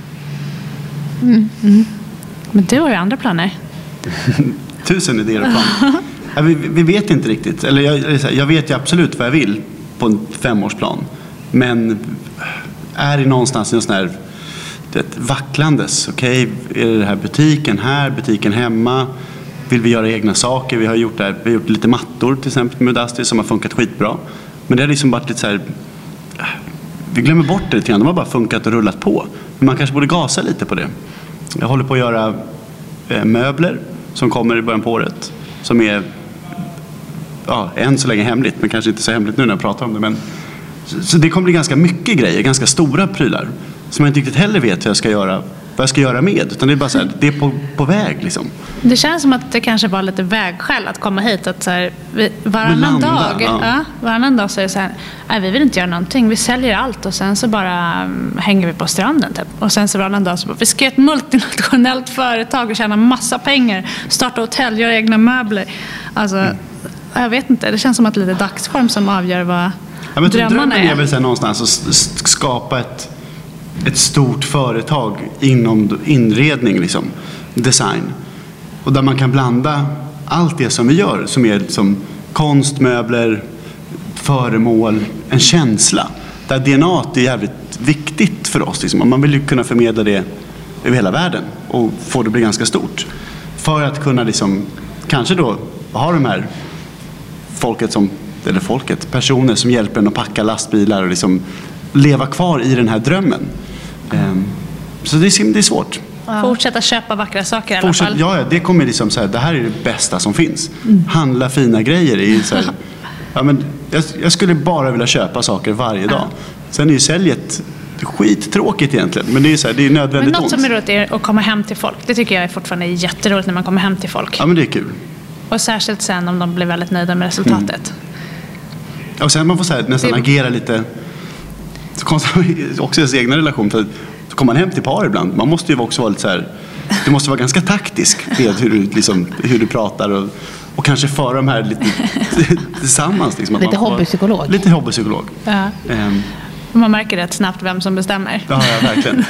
Men du har ju andra planer. 1000 idéer och planer. Ja, vi vet inte riktigt. Eller jag vet ju absolut vad jag vill på en 5-årsplan. Men är det någonstans en sån här vacklandes. Okej, är det här butiken här, butiken hemma? Vill vi göra egna saker? Vi har gjort lite mattor till exempel med Udastri som har funkat skitbra. Men det har liksom varit lite så här, vi glömmer bort det lite grann. De har bara funkat och rullat på. Men man kanske borde gasa lite på det. Jag håller på att göra möbler som kommer i början på året. Som är än så länge hemligt, men kanske inte så hemligt nu när jag pratar om det. Men, så det kommer bli ganska mycket grejer, ganska stora prylar. Som jag inte riktigt heller vet vad jag ska göra med. Utan det är bara så här, det är på väg liksom. Det känns som att det kanske var lite vägskäl att komma hit. Att så här, varannan dag så är det så här, nej, vi vill inte göra någonting. Vi säljer allt och sen så bara hänger vi på stranden typ. Och sen så varannan dag så bara, vi ska göra ett multinationellt företag och tjäna massa pengar. Starta hotell, göra egna möbler. Alltså, jag vet inte. Det känns som att det är lite dagsform som avgör vad drömmarna är. Jag vill säga någonstans att skapa ett stort företag inom inredning, liksom, design. Och där man kan blanda allt det som vi gör, som är liksom konst, möbler, föremål, en känsla. Där DNA är jävligt viktigt för oss. Liksom. Man vill ju kunna förmedla det över hela världen och få det bli ganska stort. För att kunna liksom, kanske då ha de här personer som hjälper en att packa lastbilar och liksom leva kvar i den här drömmen. Så det är svårt. Fortsätta köpa vackra saker i alla fall. Ja, det kommer liksom så här, det här är det bästa som finns. Handla fina grejer är så här, men jag skulle bara vilja köpa saker varje dag. Sen är ju säljet skittråkigt egentligen, men det är så här, det är nödvändigt. Men något som är roligt är att komma hem till folk. Det tycker jag är fortfarande jätteroligt när man kommer hem till folk. Ja, men det är kul. Och särskilt sen om de blir väldigt nöjda med resultatet. Och sen man får så här, nästan agera lite också i sin egna relation. För så kommer man hem till par ibland. Man måste ju också vara lite så här, du måste vara ganska taktisk med hur du pratar och kanske föra de här lite tillsammans. Liksom, lite hobbypsykolog. Lite hobbypsykolog. Ja. Man märker rätt snabbt vem som bestämmer. Ja, verkligen.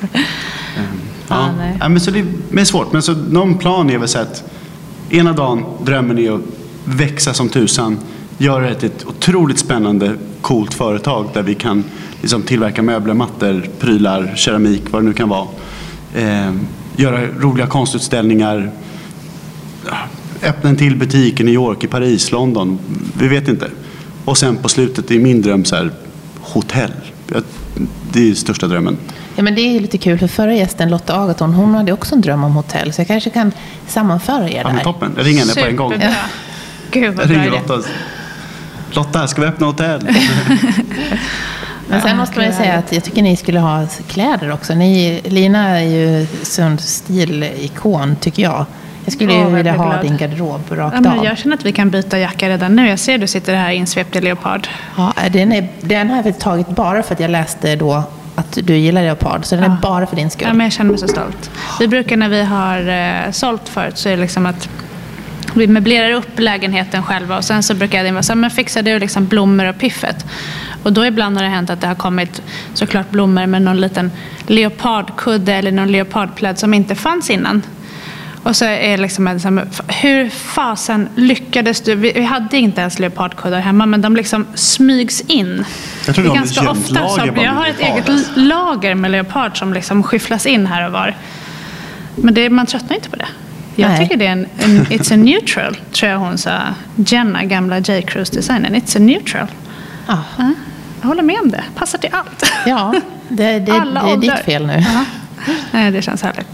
Men så det är svårt. Men så någon plan är väl så att ena dagen drömmen är att växa som tusan. Göra ett otroligt spännande, coolt företag där vi kan liksom tillverka möbler, mattor, prylar, keramik, vad det nu kan vara. Göra roliga konstutställningar. Öppna en till butik i New York, i Paris, London. Vi vet inte. Och sen på slutet i min dröm så här, hotell. Det är största drömmen. Ja, men det är lite kul för förra gästen Lotta Agaton, hon hade också en dröm om hotell. Så jag kanske kan sammanföra er där. Ja, men toppen. Jag ringer henne på en gång. Ja. Gud vad bra. Lotta, ska vi öppna hotell? Men sen måste man ju säga att jag tycker ni skulle ha kläder också. Lina är ju sån stilikon tycker jag. Jag skulle ju vilja ha din garderob rakt av. Jag känner att vi kan byta jacka redan nu. Jag ser du sitter här insvept i leopard. Ja, den har jag väl tagit bara för att jag läste då att du gillar leopard. Så den är bara för din skull. Ja, men jag känner mig så stolt. Vi brukar när vi har sålt förut så är det liksom att vi möblerar upp lägenheten själva och sen så brukar jag vara så här, men fixar du liksom blommor och piffet? Och då ibland har det hänt att det har kommit såklart blommor med någon liten leopardkudde eller någon leopardpläd som inte fanns innan. Och så är det liksom hur fasen lyckades du? Vi hade inte ens leopardkuddar hemma, men de liksom smygs in. Jag tror det är ganska ofta som jag har ett eget lager med leopard som liksom skyfflas in här och var. Men man tröttnar inte på det. Jag tycker det är it's a neutral, tror jag hon sa. Jenna, gamla J.Crew-designen. It's a neutral. Jag håller med om det. Passar till allt. Ja, det är ditt fel nu. Nej, det känns härligt.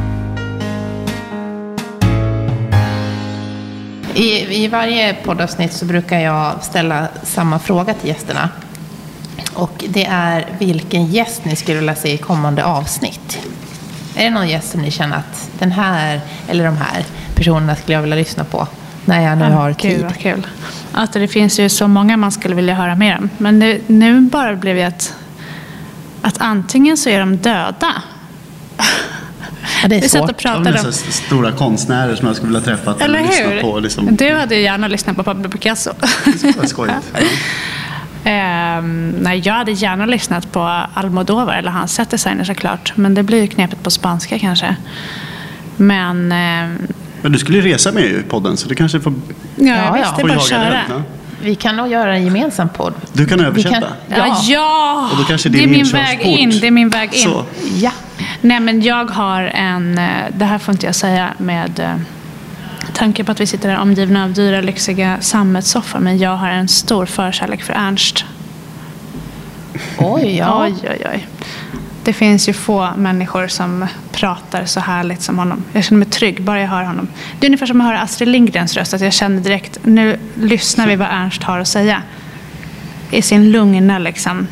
I varje poddavsnitt så brukar jag ställa samma fråga till gästerna. Och det är vilken gäst ni skulle vilja se i kommande avsnitt. Är det någon gäst som ni känner att den här eller de här personerna skulle jag vilja lyssna på när jag nu har tid? Vad kul. Alltså, det finns ju så många man skulle vilja höra mer om. Men nu bara blev det att antingen så är de döda. Ja, det är svårt. Att prata om stora konstnärer som jag skulle vilja träffa. Eller hur? Lyssna på, liksom. Du hade gärna lyssnat på Pablo Picasso. Det var skojigt. Nej, jag hade gärna lyssnat på Almodovar eller hans setdesigner såklart. Men det blir ju knepet på spanska kanske. Men du skulle ju resa med i podden, så du kanske får visst, det är bara köra. Vi kan nog göra en gemensam podd. Du kan översätta. Ja! Och då kanske det är min väg in. Det är min väg in. Så. Ja. Nej, men jag har det här får inte jag säga med tanke på att vi sitter där omgivna av dyra, lyxiga sammetssoffor, men jag har en stor förkärlek för Ernst. Oj. Det finns ju få människor som pratar så härligt som honom. Jag känner mig trygg bara jag hör honom. Det är ungefär som att höra Astrid Lindgrens röst. Att jag känner direkt, nu lyssnar vi vad Ernst har att säga. I sin lugna liksom.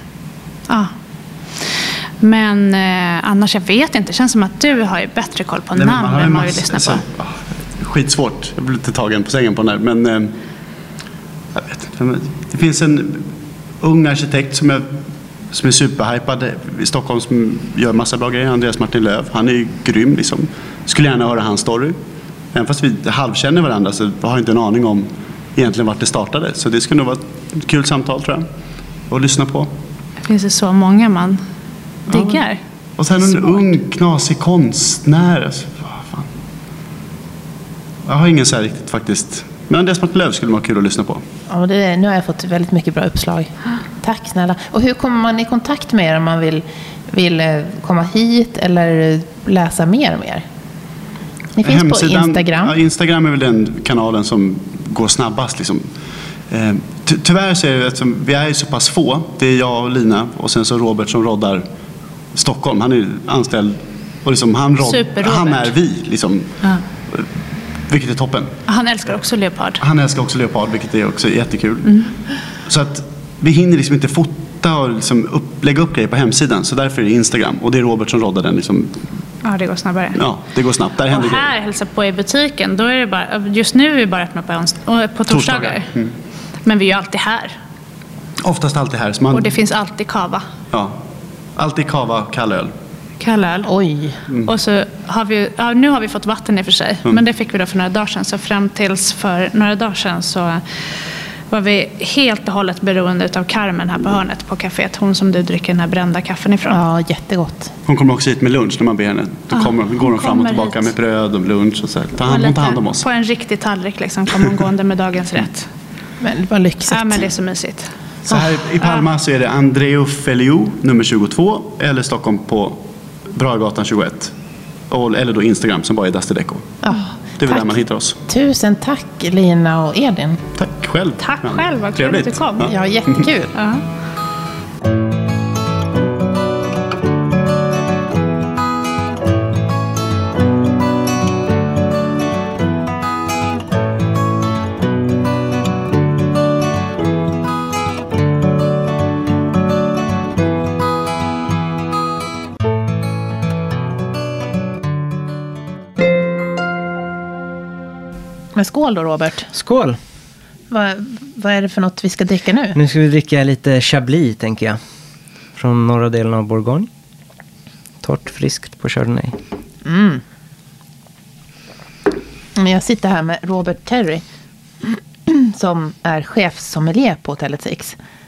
Men annars, jag vet inte. Det känns som att du har ju bättre koll på namn än man vill lyssna på. Skitsvårt. Jag blir lite tagen på sängen på den här. Men jag vet inte. Det finns en ung arkitekt som är superhypad i Stockholm som gör massa bra grejer. Andreas Martin Löv. Han är ju grym liksom. Skulle gärna höra hans story. Även fast vi halvkänner varandra så har jag inte en aning om egentligen vart det startade. Så det skulle nog vara ett kul samtal, tror jag. Och lyssna på. Det finns ju så många man diggar. Ja. Och sen en ung, knasig konstnär. Alltså, fan. Jag har ingen så här riktigt faktiskt. Men Andreas Martin Löv skulle vara kul att lyssna på. Ja, nu har jag fått väldigt mycket bra uppslag. Tack snälla. Och hur kommer man i kontakt med er om man vill komma hit eller läsa mer om er? Ni finns på Instagram. Ja, Instagram är väl den kanalen som går snabbast. Liksom. Tyvärr så är det att vi är så pass få. Det är jag och Lina och sen så Robert som roddar Stockholm. Han är anställd och liksom han är vi. Liksom. Ja. Vilket är toppen. Han älskar också leopard. Vilket är också jättekul. Så att vi hinner liksom inte fota och liksom lägga upp grejer på hemsidan. Så därför är det Instagram. Och det är Robert som roddar den. Liksom. Ja, det går snabbare. Ja, det går snabbt. Där händer och här hälsa på i butiken. Då är det bara, just nu är vi bara öppna på torsdagar. Men vi är ju alltid här. Oftast alltid här. Och det finns alltid kava. Ja, alltid kava, kallöl. Oj. Och så har vi, nu har vi fått vatten i och för sig. Men det fick vi då för några dagar sedan. Så fram tills för några dagar sedan så var vi helt och hållet beroende av Carmen här på hörnet på kaféet. Hon som du dricker den här brända kaffen ifrån. Ja, jättegott. Hon kommer också hit med lunch när man ber henne. Då går hon fram och tillbaka hit med bröd och lunch och så. Hon tar hand om oss. På en riktig tallrik liksom kommer hon gående med dagens rätt. Men det var lyxigt. Ja, men det är så mysigt. Så här i Palma så är det Andreu Feliu nummer 22 eller Stockholm på Bragatan 21. Eller då Instagram som bara är Dusty Deco. Det är väl där man hittar oss. Tusen tack Lina och Edin. Tack själv. Tack själv, vad kul att du kom. Ja, jättekul. Men skål då, Robert. Skål. Vad är det för något vi ska dricka nu? Nu ska vi dricka lite Chablis, tänker jag. Från norra delen av Bourgogne. Torrt, friskt på Chardonnay. Jag sitter här med Robert Terry som är chefssommelier på Hotellet Six.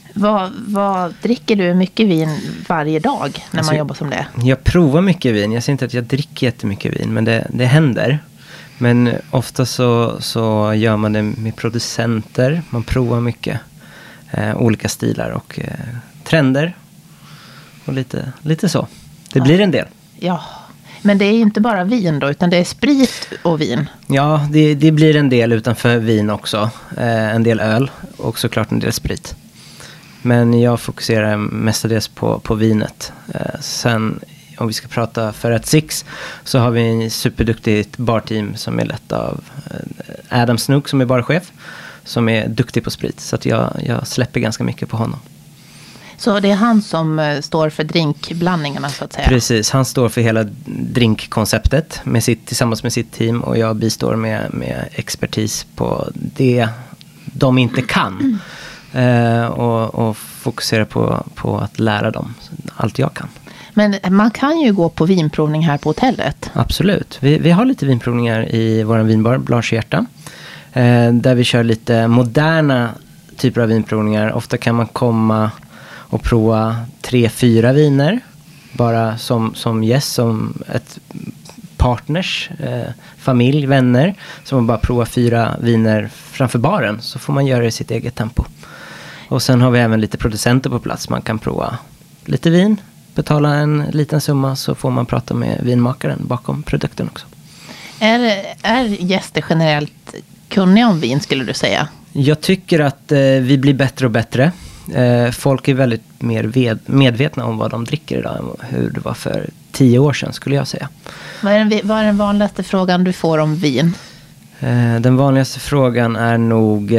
Vad dricker du mycket vin varje dag när man jobbar som det? Jag provar mycket vin. Jag säger inte att jag dricker jättemycket vin, men det händer. Men ofta så gör man det med producenter. Man provar mycket olika stilar och trender. Och lite så. Det blir en del. Ja, men det är inte bara vin då, utan det är sprit och vin. Ja, det blir en del utanför vin också. En del öl och såklart en del sprit. Men jag fokuserar mestadels på vinet. Sen om vi ska prata för ett Six så har vi en superduktigt barteam som är lett av Adam Snook som är barchef. Som är duktig på sprit. Så att jag släpper ganska mycket på honom. Så det är han som står för drinkblandningarna så att säga? Precis, han står för hela drinkkonceptet tillsammans med sitt team. Och jag bistår med expertis på det de inte kan. Och fokuserar på att lära dem allt jag kan. Men man kan ju gå på vinprovning här på hotellet. Absolut. Vi har lite vinprovningar i vår vinbar, Blanche Hjärta. Där vi kör lite moderna typer av vinprovningar. Ofta kan man komma och prova 3-4 viner. Bara som gäst, som ett partners, familj, vänner. Så man bara provar 4 viner framför baren. Så får man göra det i sitt eget tempo. Och sen har vi även lite producenter på plats. Man kan prova lite vin. Betala en liten summa så får man prata med vinmakaren bakom produkten också. Är gäster generellt kunniga om vin skulle du säga? Jag tycker att vi blir bättre och bättre. Folk är väldigt mer medvetna om vad de dricker idag än hur det var för 10 år sedan skulle jag säga. Vad är den vanligaste frågan du får om vin? Den vanligaste frågan är nog...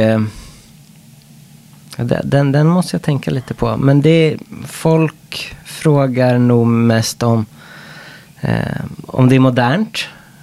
Den måste jag tänka lite på. Men folk frågar nog mest om det är modernt.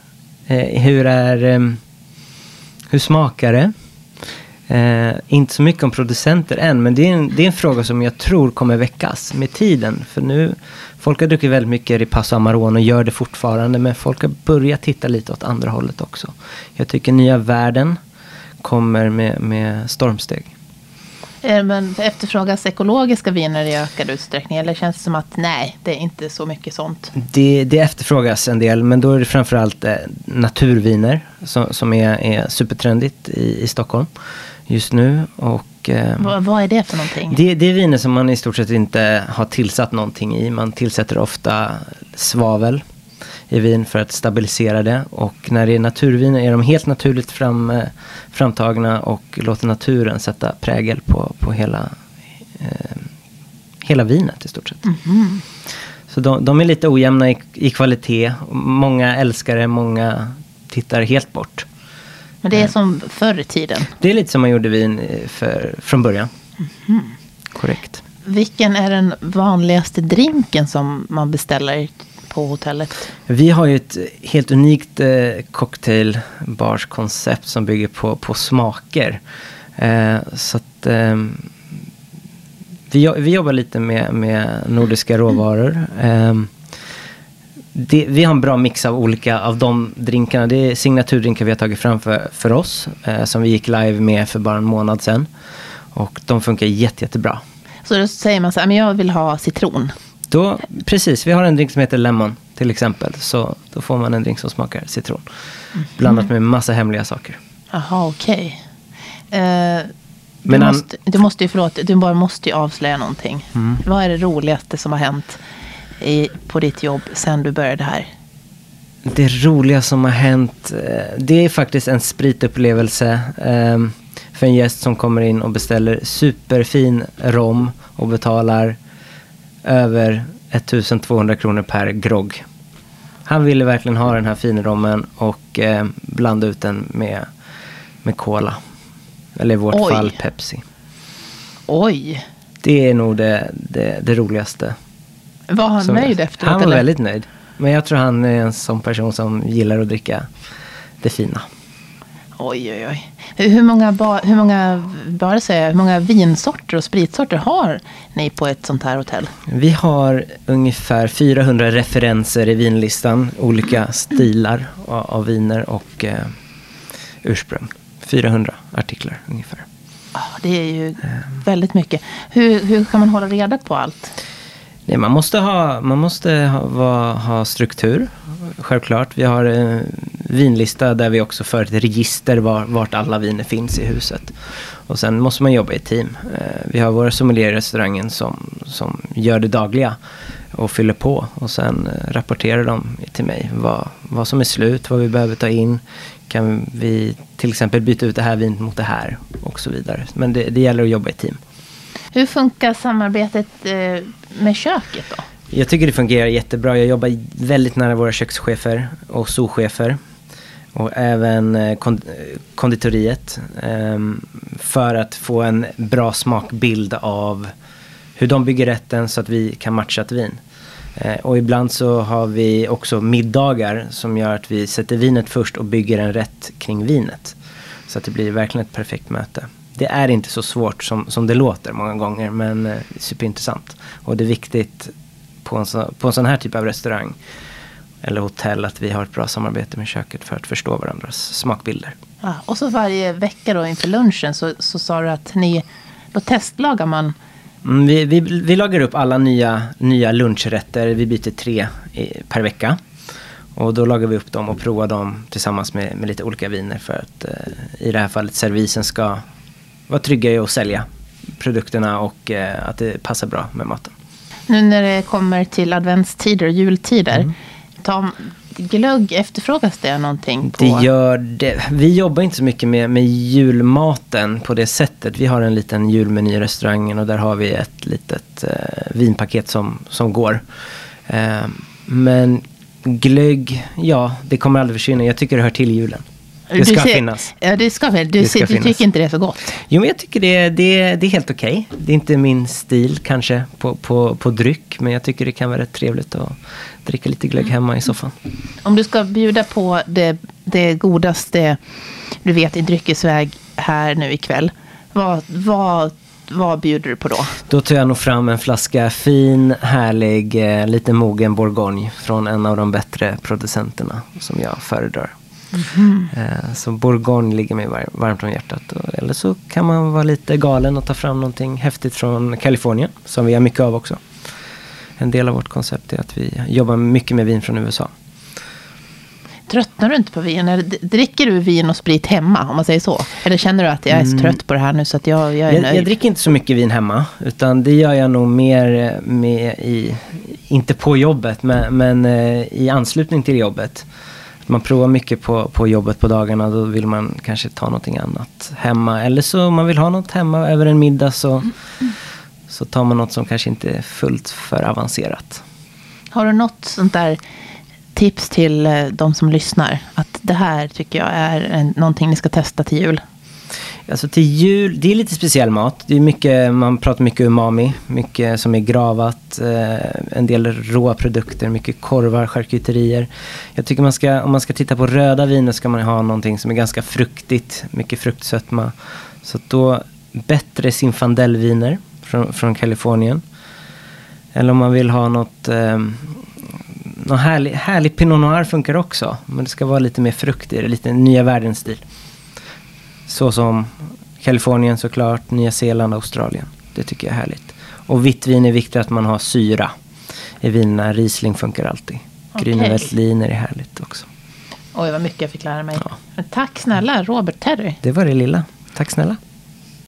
Hur smakar det? Inte så mycket om producenter än, men det är en fråga som jag tror kommer väckas med tiden. För nu, folk har druckit väldigt mycket Ripasso Amarone och gör det fortfarande, men folk har börjat titta lite åt andra hållet också. Jag tycker nya världen kommer med stormsteg. Men efterfrågas ekologiska viner i ökad utsträckning, eller känns det som att nej, det är inte så mycket sånt? Det efterfrågas en del, men då är det framförallt naturviner som är supertrendigt i Stockholm just nu. Och, vad är det för någonting? Det är viner som man i stort sett inte har tillsatt någonting i. Man tillsätter ofta svavel i vin för att stabilisera det. Och när det är naturviner är de helt naturligt framtagna och låter naturen sätta prägel på hela vinet i stort sett. Mm-hmm. Så de är lite ojämna i kvalitet. Många älskar det, många tittar helt bort. Men det är som förr i tiden? Det är lite som man gjorde vin från början. Mm-hmm. Korrekt. Vilken är den vanligaste drinken som man beställer på hotellet? Vi har ju ett helt unikt cocktailbarskoncept som bygger på smaker. Så att vi jobbar lite med nordiska råvaror. Vi har en bra mix av olika av de drinkarna. Det är signaturdrinkar vi har tagit fram för oss som vi gick live med för bara en månad sedan. Och de funkar jättebra. Så då säger man så här, men jag vill ha citron. Precis, vi har en drink som heter Lemon till exempel. Så då får man en drink som smakar citron. Mm-hmm. Blandat med massa hemliga saker. Jaha, okej. Du måste ju avslöja någonting. Mm. Vad är det roligaste som har hänt på ditt jobb sen du började här? Det roliga som har hänt, det är faktiskt en spritupplevelse för en gäst som kommer in och beställer superfin rom och betalar över 1200 kronor per grogg. Han ville verkligen ha den här fina rommen och blanda ut den med cola. Eller i vårt fall Pepsi. Oj! Det är nog det roligaste. Var han nöjd efteråt? Han var väldigt nöjd. Men jag tror han är en sån person som gillar att dricka det fina. Oj. Hur många vinsorter och spritsorter har ni på ett sånt här hotell? Vi har ungefär 400 referenser i vinlistan. Olika stilar av viner och ursprung. 400 artiklar ungefär. Det är ju väldigt mycket. Hur kan man hålla reda på allt? Nej, man måste ha struktur, självklart. Vi har en vinlista där vi också för ett register vart alla viner finns i huset. Och sen måste man jobba i team. Vi har våra sommelier i restaurangen som gör det dagliga och fyller på. Och sen rapporterar de till mig vad som är slut, vad vi behöver ta in. Kan vi till exempel byta ut det här vinet mot det här och så vidare. Men det gäller att jobba i team. Hur funkar samarbetet med köket då? Jag tycker det fungerar jättebra. Jag jobbar väldigt nära våra kökschefer och souschefer. Och även konditoriet. För att få en bra smakbild av hur de bygger rätten så att vi kan matcha ett vin. Och ibland så har vi också middagar som gör att vi sätter vinet först och bygger en rätt kring vinet. Så att det blir verkligen ett perfekt möte. Det är inte så svårt som det låter många gånger, men superintressant. Och det är viktigt på en sån här typ av restaurang eller hotell att vi har ett bra samarbete med köket för att förstå varandras smakbilder. Ja, och så varje vecka då inför lunchen så sa du att då testlagar man. Vi lagar upp alla nya lunchrätter. Vi byter 3 per vecka. Och då lagar vi upp dem och provar dem tillsammans med lite olika viner för att i det här fallet servisen ska vara trygga i att sälja produkterna och att det passar bra med maten. Nu när det kommer till adventstider och jultider, glögg, efterfrågas det någonting på? Det gör det. Vi jobbar inte så mycket med julmaten på det sättet. Vi har en liten julmeny i restaurangen och där har vi ett litet vinpaket som går. Men glögg, det kommer aldrig försvinna. Jag tycker det hör till julen. Det ska finnas. Ja, det ska väl. Du tycker inte det är så gott? Jo, men jag tycker det är helt okej. Det är inte min stil kanske på dryck, men jag tycker det kan vara rätt trevligt att dricka lite glögg hemma i soffan. Om du ska bjuda på det godaste du vet i dryckesväg här nu ikväll, vad bjuder du på då? Då tar jag nog fram en flaska fin, härlig, lite mogen Bourgogne från en av de bättre producenterna som jag föredrar. Så Bourgogne ligger mig varmt om hjärtat. Eller så kan man vara lite galen och ta fram någonting häftigt från Kalifornien som vi har mycket av också. En del av vårt koncept är att vi jobbar mycket med vin från USA. Tröttnar du inte på vin? Eller dricker du vin och sprit hemma, om man säger så? Eller känner du att jag är så trött på det här nu så att jag är nöjd? Jag dricker inte så mycket vin hemma, utan det gör jag nog mer inte på jobbet, men i anslutning till jobbet. Man provar mycket på jobbet på dagarna, då vill man kanske ta någonting annat hemma. Eller så om man vill ha något hemma över en middag så tar man något som kanske inte är fullt för avancerat. Har du något sånt där tips till de som lyssnar? Att det här tycker jag är någonting ni ska testa till jul. Alltså till jul, det är lite speciell mat. Det är mycket, man pratar mycket umami, mycket som är gravat, en del råa produkter, mycket korvar, charkuterier. Jag tycker om man ska titta på röda viner ska man ha någonting som är ganska fruktigt, mycket fruktsötma. Så då bättre Zinfandel-viner från Kalifornien. Eller om man vill ha något härlig Pinot Noir funkar också, men det ska vara lite mer frukt i det, lite nya världens-stil. Så som Kalifornien såklart, Nya Zeeland, Australien. Det tycker jag är härligt. Och vitt vin är viktigt att man har syra i vinerna. Riesling funkar alltid. Grüne Veltliner är härligt också. Oj, vad mycket jag fick lära mig. Ja. Men tack snälla, Robert Terry. Det var det lilla. Tack snälla.